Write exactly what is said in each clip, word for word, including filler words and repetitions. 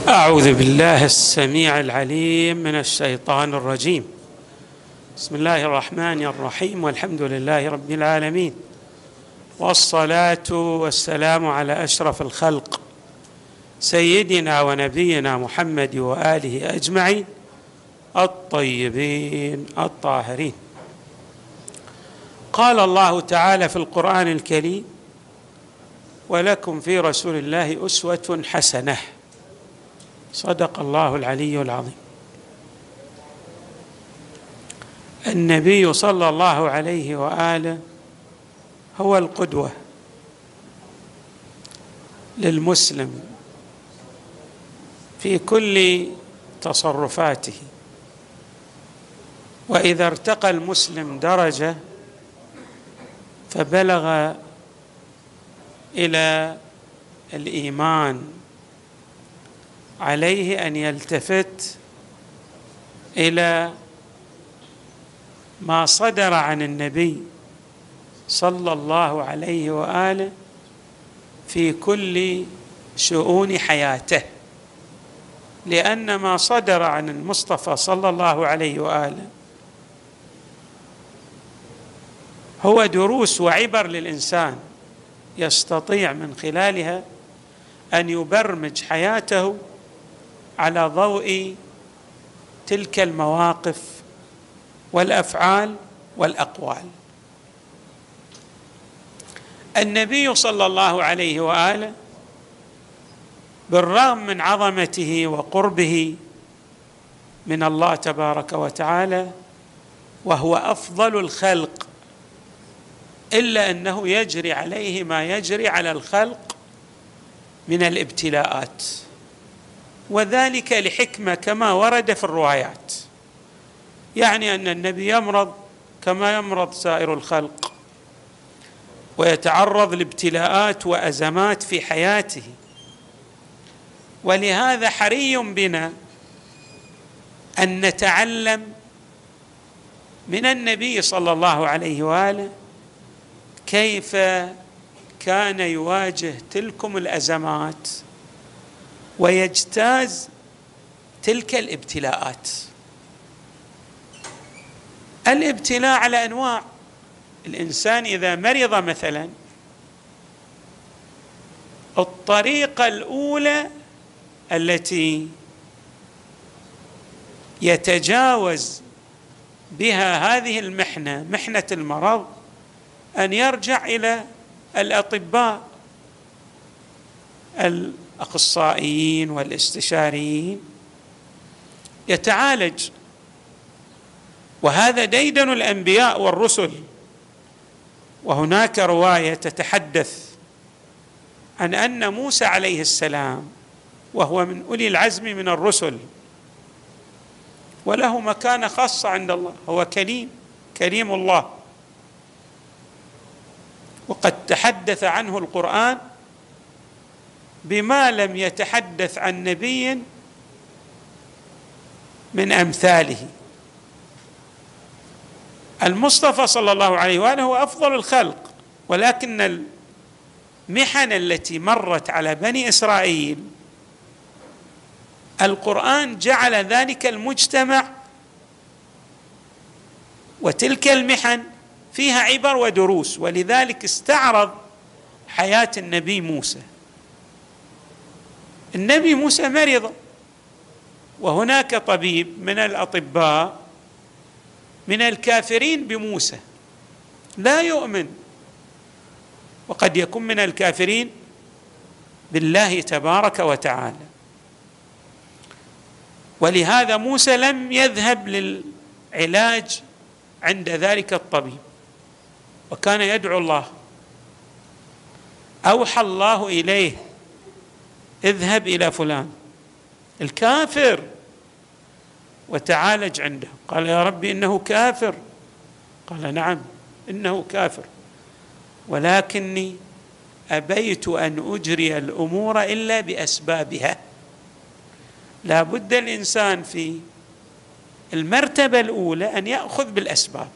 أعوذ بالله السميع العليم من الشيطان الرجيم. بسم الله الرحمن الرحيم، والحمد لله رب العالمين، والصلاة والسلام على أشرف الخلق سيدنا ونبينا محمد وآله أجمعين الطيبين الطاهرين. قال الله تعالى في القرآن الكريم: ولكم في رسول الله أسوة حسنة. صدق الله العلي العظيم. النبي صلى الله عليه وآله هو القدوة للمسلم في كل تصرفاته، وإذا ارتقى المسلم درجة فبلغ إلى الإيمان عليه أن يلتفت إلى ما صدر عن النبي صلى الله عليه وآله في كل شؤون حياته، لأن ما صدر عن المصطفى صلى الله عليه وآله هو دروس وعبر للإنسان يستطيع من خلالها أن يبرمج حياته على ضوء تلك المواقف والأفعال والأقوال. النبي صلى الله عليه وآله بالرغم من عظمته وقربه من الله تبارك وتعالى وهو أفضل الخلق، إلا أنه يجري عليه ما يجري على الخلق من الابتلاءات، وذلك لحكمة كما ورد في الروايات. يعني أن النبي يمرض كما يمرض سائر الخلق، ويتعرض لابتلاءات وأزمات في حياته، ولهذا حري بنا أن نتعلم من النبي صلى الله عليه وآله كيف كان يواجه تلكم الأزمات ويجتاز تلك الابتلاءات. الابتلاء على أنواع. الإنسان إذا مرض مثلا، الطريقة الأولى التي يتجاوز بها هذه المحنة، محنة المرض، أن يرجع إلى الأطباء الأخصائيين والاستشاريين يتعالج. وهذا ديدن الأنبياء والرسل. وهناك رواية تتحدث عن أن موسى عليه السلام، وهو من أولي العزم من الرسل وله مكانة خاصة عند الله، هو كريم كريم الله، وقد تحدث عنه القرآن بما لم يتحدث عن نبي من أمثاله. المصطفى صلى الله عليه وآله هو أفضل الخلق، ولكن المحن التي مرت على بني إسرائيل القرآن جعل ذلك المجتمع وتلك المحن فيها عبر ودروس، ولذلك استعرض حياة النبي موسى. النبي موسى مرض، وهناك طبيب من الأطباء من الكافرين بموسى لا يؤمن، وقد يكون من الكافرين بالله تبارك وتعالى. ولهذا موسى لم يذهب للعلاج عند ذلك الطبيب، وكان يدعو الله. أوحى الله إليه: اذهب إلى فلان الكافر وتعالج عنده. قال: يا ربي إنه كافر. قال: نعم إنه كافر، ولكني أبيت أن أجري الأمور إلا بأسبابها. لا بد الإنسان في المرتبة الأولى أن يأخذ بالأسباب.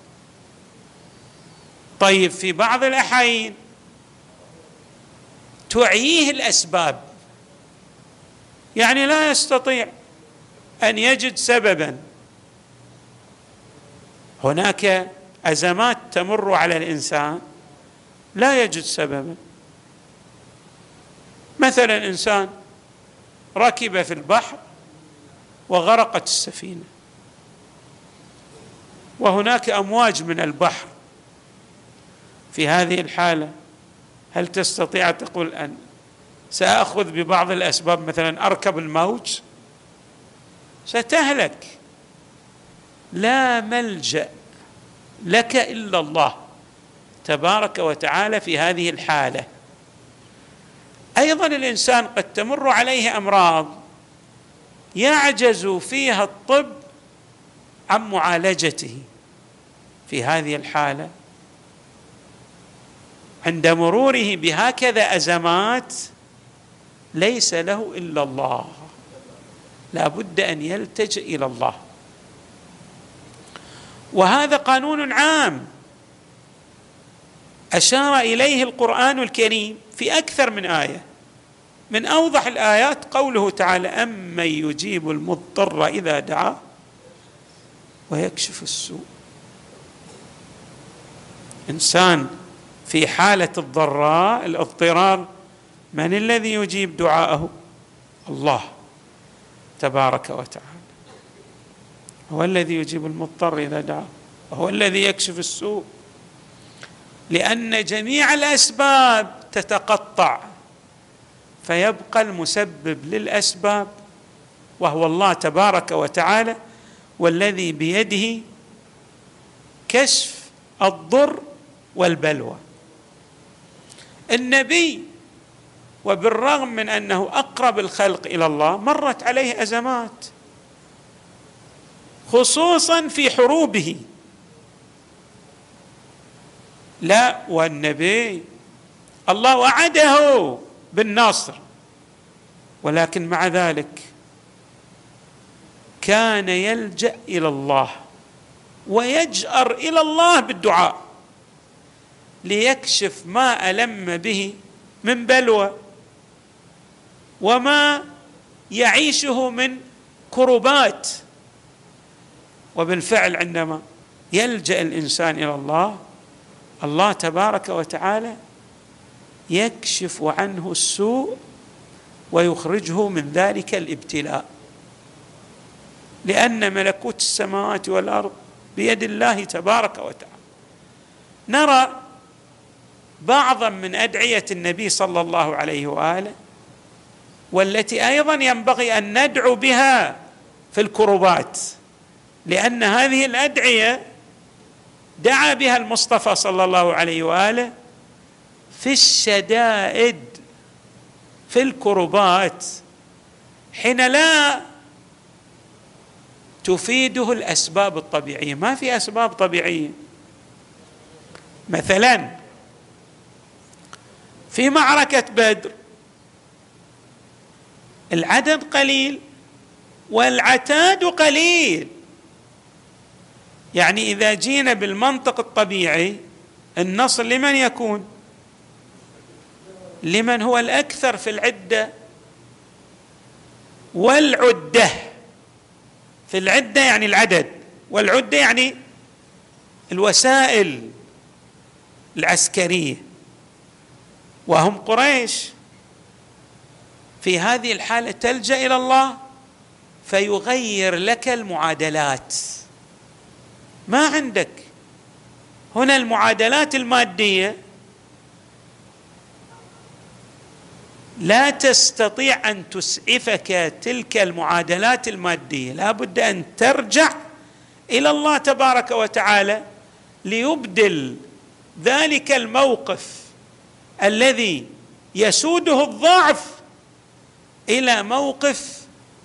طيب، في بعض الأحيان تعييه الأسباب يعني لا يستطيع أن يجد سببا. هناك أزمات تمر على الإنسان لا يجد سببا. مثلا إنسان ركب في البحر وغرقت السفينة، وهناك أمواج من البحر. في هذه الحالة هل تستطيع تقول أن سأخذ ببعض الأسباب، مثلا أركب الموج؟ ستهلك. لا ملجأ لك إلا الله تبارك وتعالى في هذه الحالة. أيضا الإنسان قد تمر عليه أمراض يعجز فيها الطب عن معالجته. في هذه الحالة عند مروره بهكذا أزمات ليس له إلا الله، لا بد أن يلتجئ إلى الله. وهذا قانون عام أشار إليه القرآن الكريم في أكثر من آية. من أوضح الآيات قوله تعالى: أمن يجيب المضطر إذا دعاه ويكشف السوء. إنسان في حالة الضراء الاضطرار، من الذي يجيب دعاءه؟ الله تبارك وتعالى، هو الذي يجيب المضطر إذا دعاه، وهو الذي يكشف السوء. لأن جميع الأسباب تتقطع، فيبقى المسبب للأسباب وهو الله تبارك وتعالى، والذي بيده كشف الضر والبلوى. النبي وبالرغم من أنه أقرب الخلق إلى الله مرت عليه أزمات، خصوصا في حروبه. لا، والنبي الله وعده بالنصر، ولكن مع ذلك كان يلجأ إلى الله ويجأر إلى الله بالدعاء ليكشف ما ألم به من بلوى وما يعيشه من كربات. وبالفعل عندما يلجأ الإنسان إلى الله، الله تبارك وتعالى يكشف عنه السوء ويخرجه من ذلك الابتلاء، لأن ملكوت السماوات والأرض بيد الله تبارك وتعالى. نرى بعضا من أدعية النبي صلى الله عليه وآله، والتي أيضا ينبغي أن ندعو بها في الكربات، لأن هذه الأدعية دعا بها المصطفى صلى الله عليه وآله في الشدائد، في الكربات، حين لا تفيده الأسباب الطبيعية. ما في أسباب طبيعية. مثلا في معركة بدر العدد قليل والعتاد قليل، يعني إذا جينا بالمنطق الطبيعي النصر لمن يكون؟ لمن هو الأكثر في العدة والعدة. في العدة يعني العدد، والعدة يعني الوسائل العسكرية، وهم قريش. في هذه الحالة تلجأ إلى الله فيغير لك المعادلات. ما عندك هنا المعادلات المادية لا تستطيع أن تسعفك تلك المعادلات المادية، لا بد أن ترجع إلى الله تبارك وتعالى ليبدل ذلك الموقف الذي يسوده الضعف إلى موقف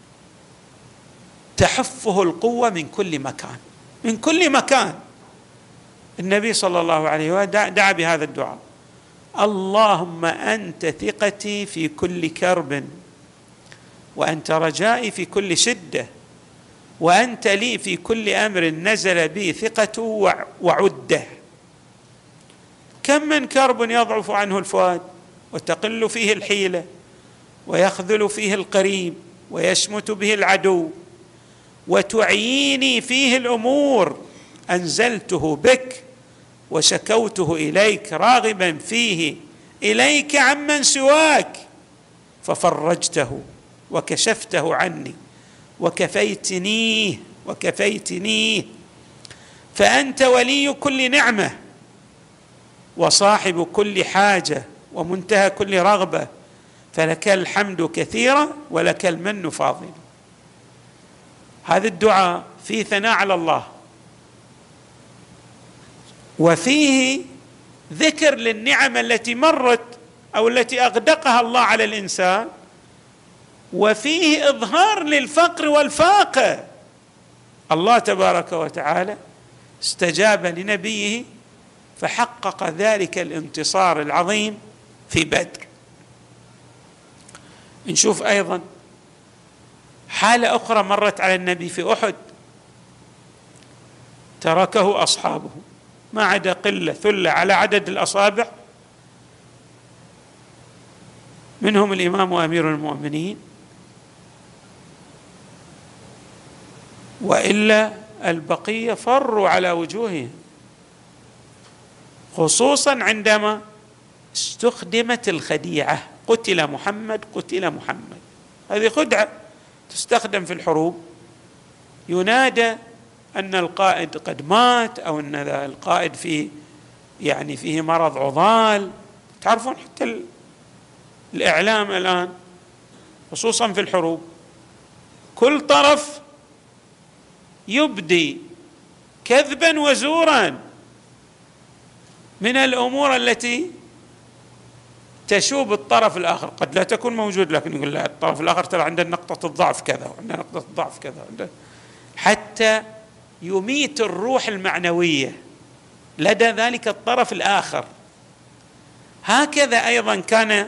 تحفه القوة من كل مكان، من كل مكان. النبي صلى الله عليه وسلم دعا بهذا الدعاء: اللهم أنت ثقتي في كل كرب، وأنت رجائي في كل شدة، وأنت لي في كل أمر نزل بي ثقة وعدة. كم من كرب يضعف عنه الفؤاد وتقل فيه الحيلة ويخذل فيه القريب ويشمت به العدو، وتعييني فيه الأمور، أنزلته بك وشكوته إليك راغبا فيه إليك عمن سواك، ففرجته وكشفته عني وكفيتنيه وكفيتنيه، فأنت ولي كل نعمة وصاحب كل حاجة ومنتهى كل رغبة، فلك الحمد كثيرا ولك المن فاضل. هذا الدعاء فيه ثناء على الله، وفيه ذكر للنعم التي مرت أو التي أغدقها الله على الإنسان، وفيه إظهار للفقر والفاقة. الله تبارك وتعالى استجاب لنبيه فحقق ذلك الانتصار العظيم في بدر. نشوف أيضا حالة أخرى مرت على النبي في أحد، تركه أصحابه ما عدا قلة ثلة على عدد الأصابع، منهم الإمام وأمير المؤمنين، وإلا البقية فروا على وجوههم، خصوصا عندما استخدمت الخديعة، قتل محمد قتل محمد. هذه خدعة تستخدم في الحروب، ينادى أن القائد قد مات، أو أن القائد فيه يعني فيه مرض عضال. تعرفون حتى الإعلام الآن خصوصا في الحروب كل طرف يبدي كذبا وزورا من الأمور التي تشوب الطرف الآخر، قد لا تكون موجود لكن يقول لا الطرف الآخر ترى عنده نقطة الضعف كذا وعنده نقطة الضعف كذا، حتى يميت الروح المعنوية لدى ذلك الطرف الآخر. هكذا أيضا كان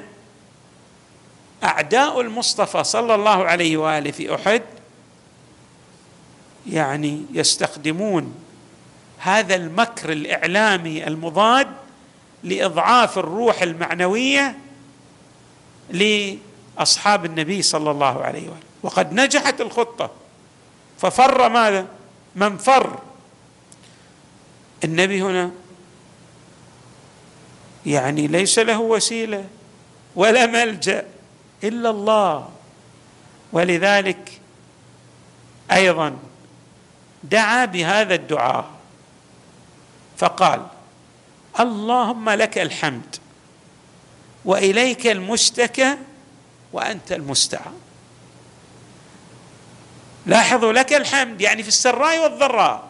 أعداء المصطفى صلى الله عليه وآله في أحد يعني يستخدمون هذا المكر الإعلامي المضاد لإضعاف الروح المعنوية لأصحاب النبي صلى الله عليه وآله، وقد نجحت الخطة، ففر ماذا؟ من فر. النبي هنا يعني ليس له وسيلة ولا ملجأ إلا الله، ولذلك أيضا دعا بهذا الدعاء فقال: اللهم لك الحمد وإليك المشتكى وأنت المستعان. لاحظوا، لك الحمد يعني في السراء والضراء.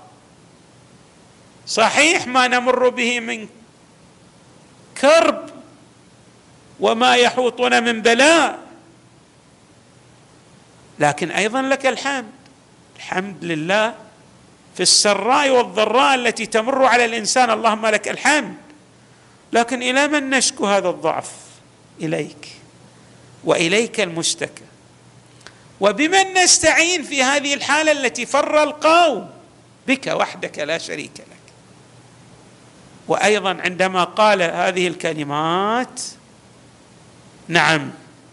صحيح ما نمر به من كرب وما يحوطنا من بلاء، لكن أيضا لك الحمد. الحمد لله في السراء والضراء التي تمر على الإنسان، اللهم لك الحمد. لكن إلى من نشكو هذا الضعف؟ إليك، وإليك المشتكى. وبمن نستعين في هذه الحالة التي فر القوم؟ بك وحدك لا شريك لك. وأيضا عندما قال هذه الكلمات، نعم،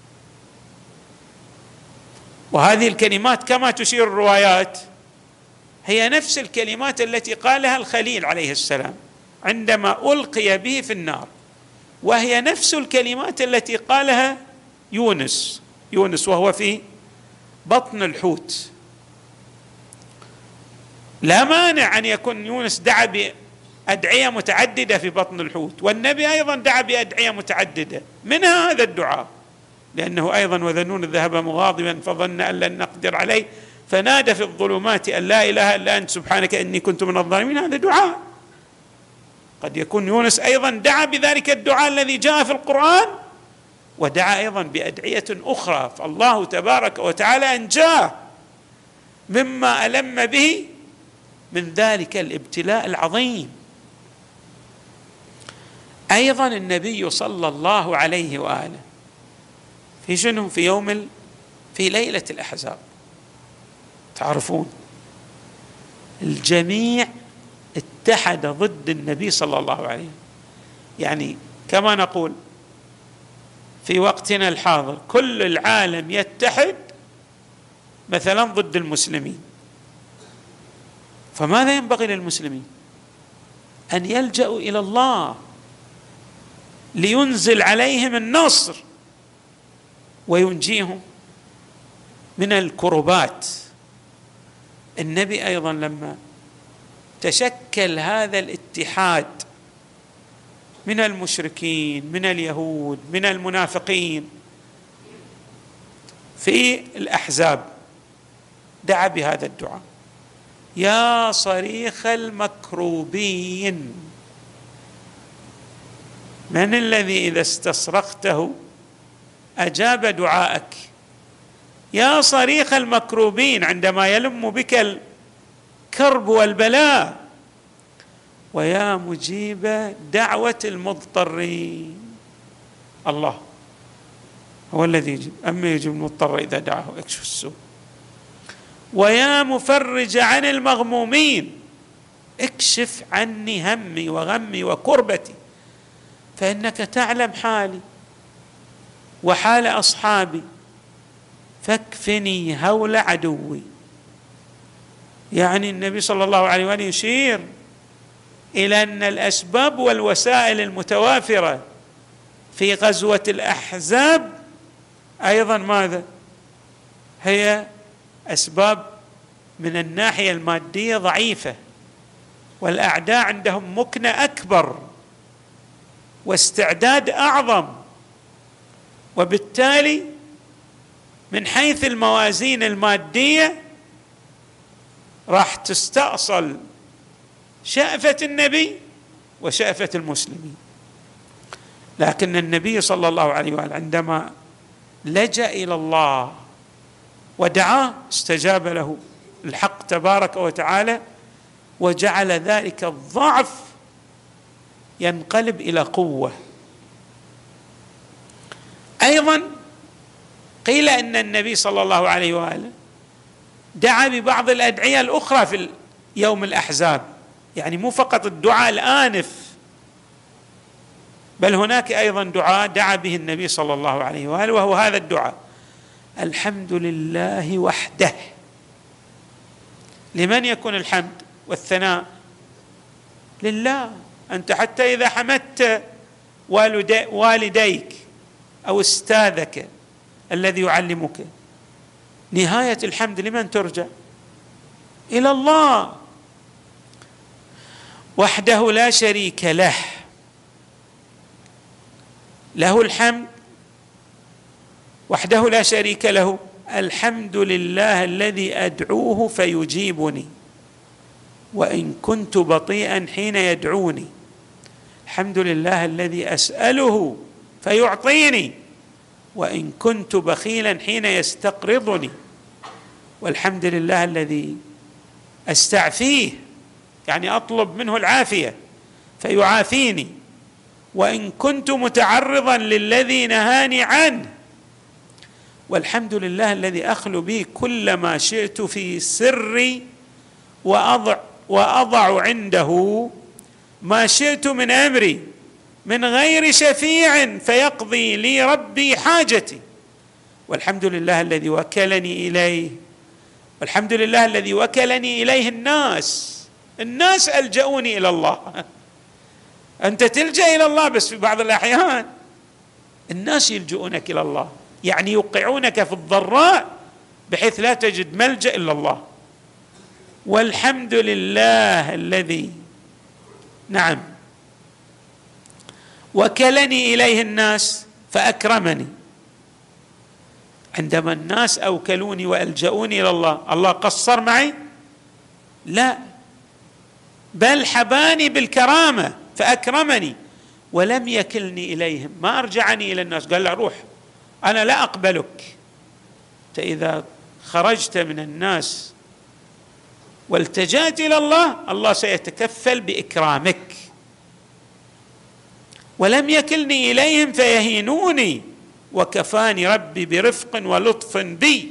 وهذه الكلمات كما تشير الروايات هي نفس الكلمات التي قالها الخليل عليه السلام عندما ألقي به في النار، وهي نفس الكلمات التي قالها يونس يونس وهو في بطن الحوت. لا مانع أن يكون يونس دعا بأدعية متعددة في بطن الحوت، والنبي أيضا دعا بأدعية متعددة، منها هذا الدعاء، لأنه أيضا وذنون ذهب مغاضبا فظن أن لن نقدر عليه فنادى في الظلمات أن لا إله إلا أنت سبحانك إني كنت من الظالمين. هذا دعاء. قد يكون يونس أيضا دعا بذلك الدعاء الذي جاء في القرآن، ودعا أيضا بأدعية أخرى، فالله تبارك وتعالى أنجاه مما ألم به من ذلك الابتلاء العظيم. أيضا النبي صلى الله عليه وآله في شنو؟ في يوم ال... في ليلة الأحزاب، تعرفون الجميع اتحد ضد النبي صلى الله عليه وسلم. يعني كما نقول في وقتنا الحاضر كل العالم يتحد مثلا ضد المسلمين، فماذا ينبغي للمسلمين؟ أن يلجأوا إلى الله لينزل عليهم النصر وينجيهم من الكربات. النبي أيضا لما تشكل هذا الاتحاد من المشركين، من اليهود، من المنافقين في الأحزاب، دعا بهذا الدعاء: يا صريخ المكروبين، من الذي إذا استصرخته أجاب دعاءك؟ يا صريخ المكروبين، عندما يلم بك الكرب والبلاء، ويا مجيب دعوة المضطرين. الله هو الذي يجيب، أما يجيب المضطر إذا دعاه يكشف السوء. ويا مفرج عن المغمومين، اكشف عني همي وغمي وكربتي، فإنك تعلم حالي وحال أصحابي، فاكفني هول عدوي. يعني النبي صلى الله عليه وآله يشير إلى أن الأسباب والوسائل المتوافرة في غزوة الأحزاب أيضا ماذا؟ هي أسباب من الناحية المادية ضعيفة، والأعداء عندهم مكنة أكبر واستعداد أعظم، وبالتالي من حيث الموازين المادية راح تستأصل شأفة النبي وشأفة المسلمين. لكن النبي صلى الله عليه وآله عندما لجأ إلى الله ودعاه استجاب له الحق تبارك وتعالى، وجعل ذلك الضعف ينقلب إلى قوة. أيضا قيل أن النبي صلى الله عليه وآله دعا ببعض الأدعية الأخرى في يوم الأحزاب، يعني مو فقط الدعاء الآنف، بل هناك أيضا دعاء دعا به النبي صلى الله عليه وآله، وهو هذا الدعاء: الحمد لله وحده. لمن يكون الحمد والثناء؟ لله. أنت حتى إذا حمدت والديك أو أستاذك الذي يعلمك، نهاية الحمد لمن ترجع؟ إلى الله وحده لا شريك له، له الحمد وحده لا شريك له. الحمد لله الذي أدعوه فيجيبني وإن كنت بطيئا حين يدعوني. الحمد لله الذي أسأله فيعطيني وإن كنت بخيلا حين يستقرضني. والحمد لله الذي أستعفيه، يعني أطلب منه العافية فيعافيني وإن كنت متعرضا للذي نهاني عنه. والحمد لله الذي أخلو به كل ما شئت في سري وأضع, وأضع عنده ما شئت من أمري من غير شفيع فيقضي لي ربي حاجتي. والحمد لله الذي وكلني إليه، والحمد لله الذي وكلني إليه الناس. الناس ألجأوني إلى الله. أنت تلجأ إلى الله بس في بعض الأحيان الناس يلجؤونك إلى الله، يعني يوقعونك في الضراء بحيث لا تجد ملجأ إلا الله. والحمد لله الذي نعم وكلني إليه الناس فأكرمني. عندما الناس أوكلوني وألجأوني إلى الله، الله قصر معي؟ لا، بل حباني بالكرامة فأكرمني ولم يكلني إليهم، ما أرجعني إلى الناس، قال لا روح أنا لا أقبلك. إذا خرجت من الناس والتجأت إلى الله، الله سيتكفل بإكرامك. ولم يكلني إليهم فيهينوني وكفاني ربي برفق ولطف بي.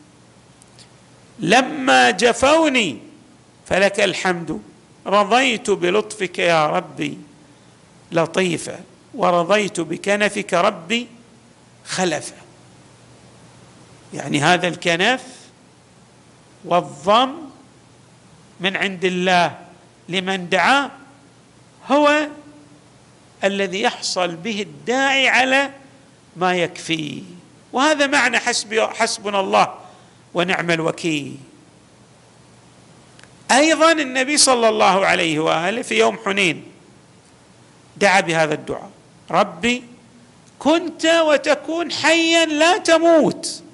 لما جفوني فلك الحمد، رضيت بلطفك يا ربي لطيفا ورضيت بكنفك ربي خلفا. يعني هذا الكنف والضم من عند الله لمن دعا هو الذي يحصل به الداعي على ما يكفيه، وهذا معنى حسبي حسبنا الله ونعم الوكيل. أيضا النبي صلى الله عليه وآله في يوم حنين دعا بهذا الدعاء: ربي كنت وتكون حيا لا تموت،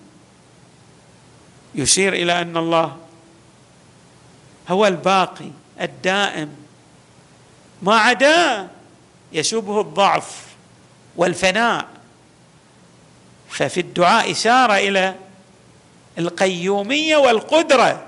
يشير إلى أن الله هو الباقي الدائم، ما عداه يشوبه الضعف والفناء. ففي الدعاء إشارة إلى القيومية والقدرة.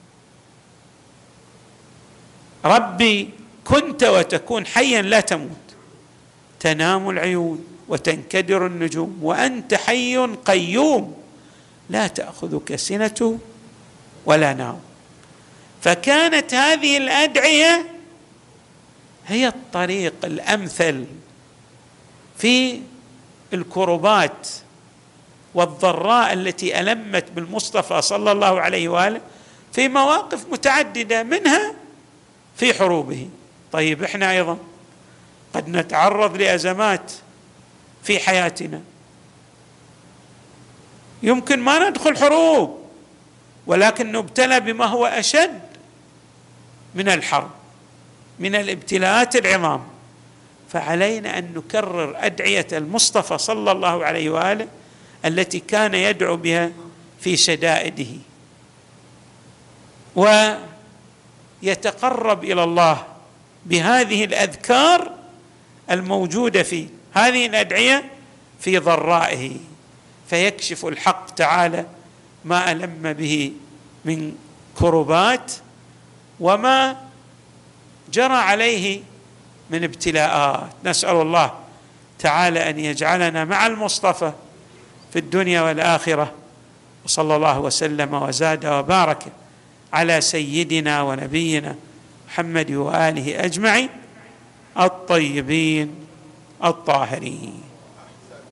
ربي كنت وتكون حيا لا تموت، تنام العيون وتنكدر النجوم وأنت حي قيوم لا تأخذك سنة ولا نوم. فكانت هذه الأدعية هي الطريق الأمثل في الكربات والضراء التي ألمت بالمصطفى صلى الله عليه وآله في مواقف متعددة، منها في حروبه. طيب احنا أيضا قد نتعرض لأزمات في حياتنا، يمكن ما ندخل حروب ولكن نبتلى بما هو أشد من الحرب، من الابتلاءات العظام. فعلينا أن نكرر أدعية المصطفى صلى الله عليه وآله التي كان يدعو بها في شدائده، ويتقرب إلى الله بهذه الأذكار الموجودة في هذه الأدعية في ضرائه، فيكشف الحق تعالى ما ألم به من كربات وما جرى عليه من ابتلاءات. نسأل الله تعالى أن يجعلنا مع المصطفى في الدنيا والآخرة، وصلى الله وسلم وزاد وبارك على سيدنا ونبينا محمد وآله أجمعين الطيبين الطاهرين.